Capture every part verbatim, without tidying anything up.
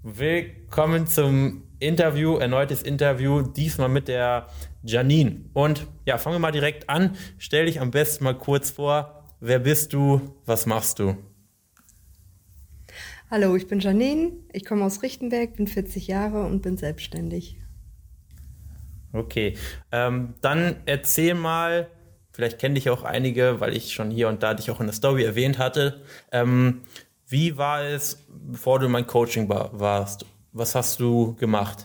Willkommen zum Interview, erneutes Interview, diesmal mit der Janine. Und ja, fangen wir mal direkt an. Stell dich am besten mal kurz vor. Wer bist du? Was machst du? Hallo, ich bin Janine. Ich komme aus Richtenberg, bin vierzig Jahre und bin selbstständig. Okay, ähm, dann erzähl mal, vielleicht kennen dich auch einige, weil ich schon hier und da dich auch in der Story erwähnt hatte. Ähm, wie war es, bevor du in mein Coaching war, warst? Was hast du gemacht?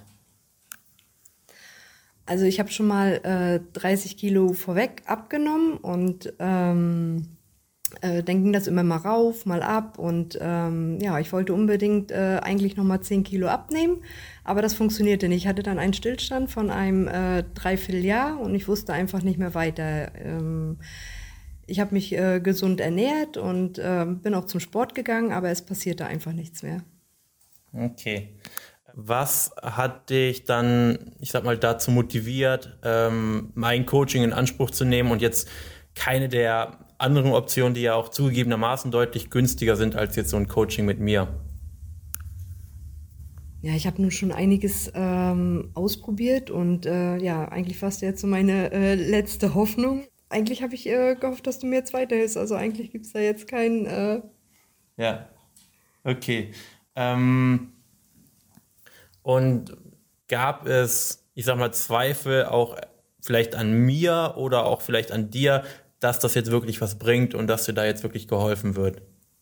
Also ich habe schon mal äh, dreißig Kilo vorweg abgenommen und ähm, äh, dann ging das immer mal rauf, mal ab und ähm, ja, ich wollte unbedingt äh, eigentlich nochmal zehn Kilo abnehmen, aber das funktionierte nicht. Ich hatte dann einen Stillstand von einem äh, Dreivierteljahr und ich wusste einfach nicht mehr weiter. Ähm, ich habe mich äh, gesund ernährt und äh, bin auch zum Sport gegangen, aber es passierte einfach nichts mehr. Okay. Was hat dich dann, ich sag mal, dazu motiviert, ähm, mein Coaching in Anspruch zu nehmen und jetzt keine der anderen Optionen, die ja auch zugegebenermaßen deutlich günstiger sind als jetzt so ein Coaching mit mir? Ja, ich habe nun schon einiges ähm, ausprobiert und äh, ja, eigentlich war es jetzt so meine äh, letzte Hoffnung. Eigentlich habe ich äh, gehofft, dass du mir jetzt weiterhilfst. Also eigentlich gibt es da jetzt keinen. Äh Ja, okay. Ähm, und gab es, ich sag mal, Zweifel auch vielleicht an mir oder auch vielleicht an dir, dass das jetzt wirklich was bringt und dass dir da jetzt wirklich geholfen wird?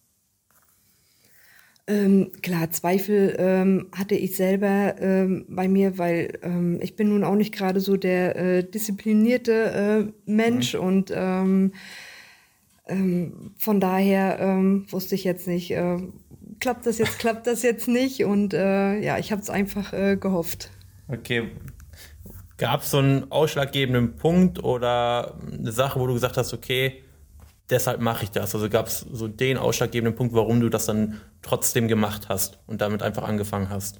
ähm, klar, Zweifel ähm, hatte ich selber ähm, bei mir, weil ähm, ich bin nun auch nicht gerade so der äh, disziplinierte äh, Mensch Mhm. und ähm, ähm, von daher ähm, wusste ich jetzt nicht, äh, klappt das jetzt, klappt das jetzt nicht und äh, ja, ich habe es einfach äh, gehofft. Okay. Gab es so einen ausschlaggebenden Punkt oder eine Sache, wo du gesagt hast, okay, deshalb mache ich das? Also gab es so den ausschlaggebenden Punkt, warum du das dann trotzdem gemacht hast und damit einfach angefangen hast?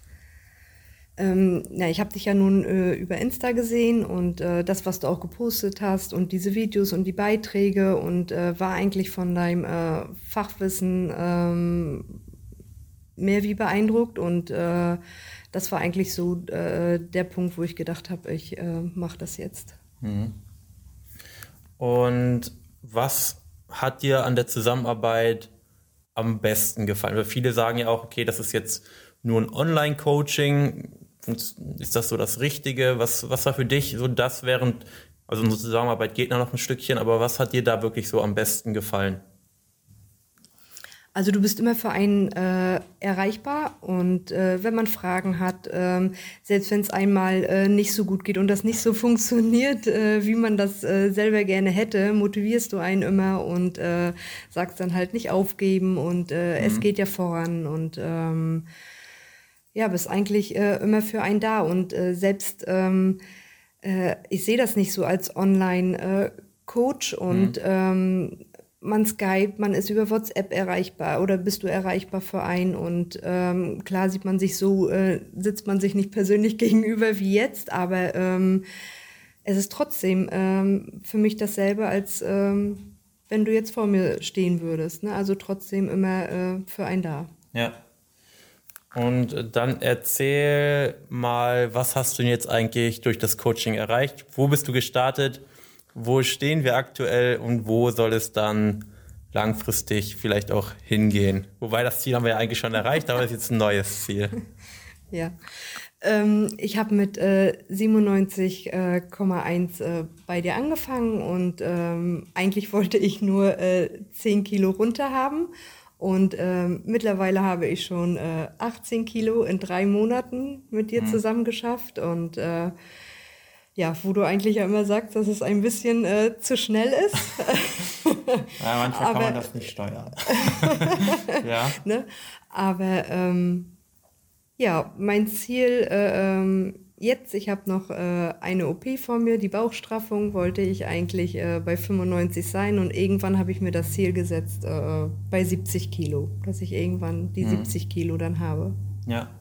Ähm, ja, ich habe dich ja nun äh, über Insta gesehen und äh, das, was du auch gepostet hast und diese Videos und die Beiträge und äh, war eigentlich von deinem äh, Fachwissen ähm, mehr wie beeindruckt und äh, das war eigentlich so äh, der Punkt, wo ich gedacht habe, ich äh, mache das jetzt. Mhm. Und was hat dir an der Zusammenarbeit am besten gefallen? Weil viele sagen ja auch, okay, das ist jetzt nur ein Online-Coaching. Ist das so das Richtige? Was, was war für dich so das während, also unsere Zusammenarbeit geht noch ein Stückchen, aber was hat dir da wirklich so am besten gefallen? Also du bist immer für einen äh, erreichbar und äh, wenn man Fragen hat, ähm, selbst wenn es einmal äh, nicht so gut geht und das nicht so funktioniert, äh, wie man das äh, selber gerne hätte, motivierst du einen immer und äh, sagst dann halt nicht aufgeben und äh, es Mhm. geht ja voran und ähm, ja, bist eigentlich äh, immer für einen da und äh, selbst ähm, äh, ich sehe das nicht so als Online-Coach und Mhm. ähm, man Skype, man ist über WhatsApp erreichbar oder bist du erreichbar für einen und ähm, klar sieht man sich so, äh, sitzt man sich nicht persönlich gegenüber wie jetzt, aber ähm, es ist trotzdem ähm, für mich dasselbe, als ähm, wenn du jetzt vor mir stehen würdest, ne? Also trotzdem immer äh, für einen da. Ja. Und dann erzähl mal, was hast du denn jetzt eigentlich durch das Coaching erreicht? Wo bist du gestartet? Wo stehen wir aktuell und wo soll es dann langfristig vielleicht auch hingehen? Wobei das Ziel haben wir ja eigentlich schon erreicht, aber es ist jetzt ein neues Ziel. Ja. Ähm, ich habe mit äh, siebenundneunzig Komma eins äh, bei dir angefangen und ähm, eigentlich wollte ich nur äh, zehn Kilo runter haben. Und ähm, mittlerweile habe ich schon äh, achtzehn Kilo in drei Monaten mit dir Hm. zusammen geschafft. Und äh, ja, wo du eigentlich ja immer sagst, dass es ein bisschen äh, zu schnell ist. Ja, manchmal kann man Aber, das nicht steuern. Ja. ne? Aber ähm, ja, mein Ziel äh, ähm, jetzt, ich habe noch äh, eine O P vor mir, die Bauchstraffung, wollte ich eigentlich äh, bei fünfundneunzig sein und irgendwann habe ich mir das Ziel gesetzt äh, bei siebzig Kilo, dass ich irgendwann die Hm. siebzig Kilo dann habe. Ja.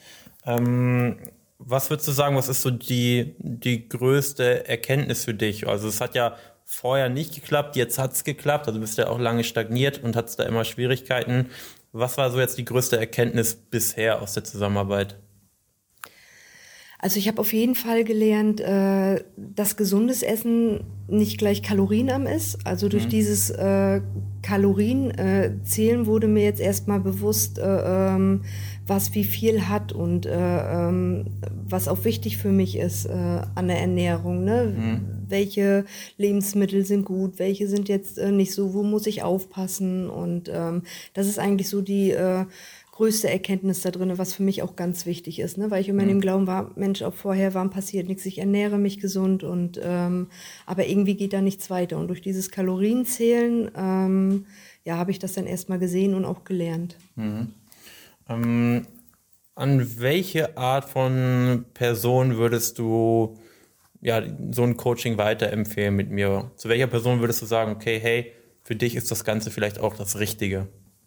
Ähm, was würdest du sagen, was ist so die, die größte Erkenntnis für dich? Also es hat ja vorher nicht geklappt, jetzt hat es geklappt, also du bist ja auch lange stagniert und hattest da immer Schwierigkeiten. Was war so jetzt die größte Erkenntnis bisher aus der Zusammenarbeit? Also ich habe auf jeden Fall gelernt, äh, dass gesundes Essen nicht gleich kalorienarm ist. Also durch mhm. dieses äh, Kalorienzählen äh, wurde mir jetzt erstmal bewusst, äh, ähm, was wie viel hat und äh, ähm, was auch wichtig für mich ist äh, an der Ernährung. Ne? Mhm. Welche Lebensmittel sind gut, welche sind jetzt äh, nicht so, wo muss ich aufpassen? Und ähm, das ist eigentlich so die äh, größte Erkenntnis da drin, was für mich auch ganz wichtig ist, ne? Weil ich immer in dem Glauben war, Mensch, auch vorher, warum passiert nichts, ich ernähre mich gesund und ähm, aber irgendwie geht da nichts weiter. Und durch dieses Kalorienzählen ähm, ja, habe ich das dann erstmal gesehen und auch gelernt. Mhm. Ähm, an welche Art von Person würdest du ja, so ein Coaching weiterempfehlen mit mir? Zu welcher Person würdest du sagen, okay, hey, für dich ist das Ganze vielleicht auch das Richtige?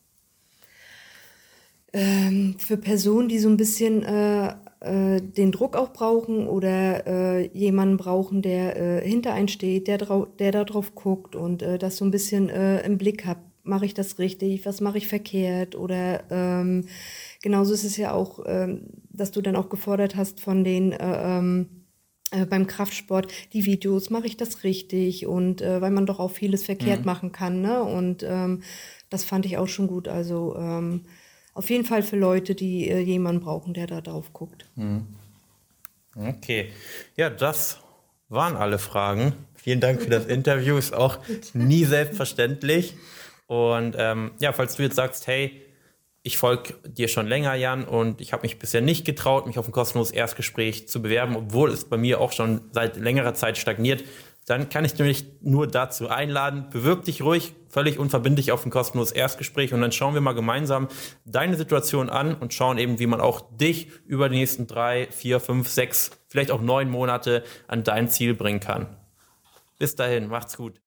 Ähm, für Personen, die so ein bisschen äh, äh, den Druck auch brauchen oder äh, jemanden brauchen, der äh, hinter einen steht, der, drau- der da drauf guckt und äh, das so ein bisschen äh, im Blick hat. Mache ich das richtig? Was mache ich verkehrt? Oder ähm, genauso ist es ja auch, ähm, dass du dann auch gefordert hast von den äh, ähm, äh, beim Kraftsport, die Videos, mache ich das richtig? Und äh, weil man doch auch vieles verkehrt mhm. machen kann, ne? Und ähm, das fand ich auch schon gut. Also ähm, auf jeden Fall für Leute, die äh, jemanden brauchen, der da drauf guckt. Okay. Ja, das waren alle Fragen. Vielen Dank für das Interview. Ist auch nie selbstverständlich. Und ähm, ja, falls du jetzt sagst, hey, ich folge dir schon länger, Jan, und ich habe mich bisher nicht getraut, mich auf ein kostenloses Erstgespräch zu bewerben, obwohl es bei mir auch schon seit längerer Zeit stagniert, dann kann ich dich nur dazu einladen. Bewirb dich ruhig, völlig unverbindlich auf ein kostenloses Erstgespräch und dann schauen wir mal gemeinsam deine Situation an und schauen eben, wie man auch dich über die nächsten drei, vier, fünf, sechs, vielleicht auch neun Monate an dein Ziel bringen kann. Bis dahin, macht's gut.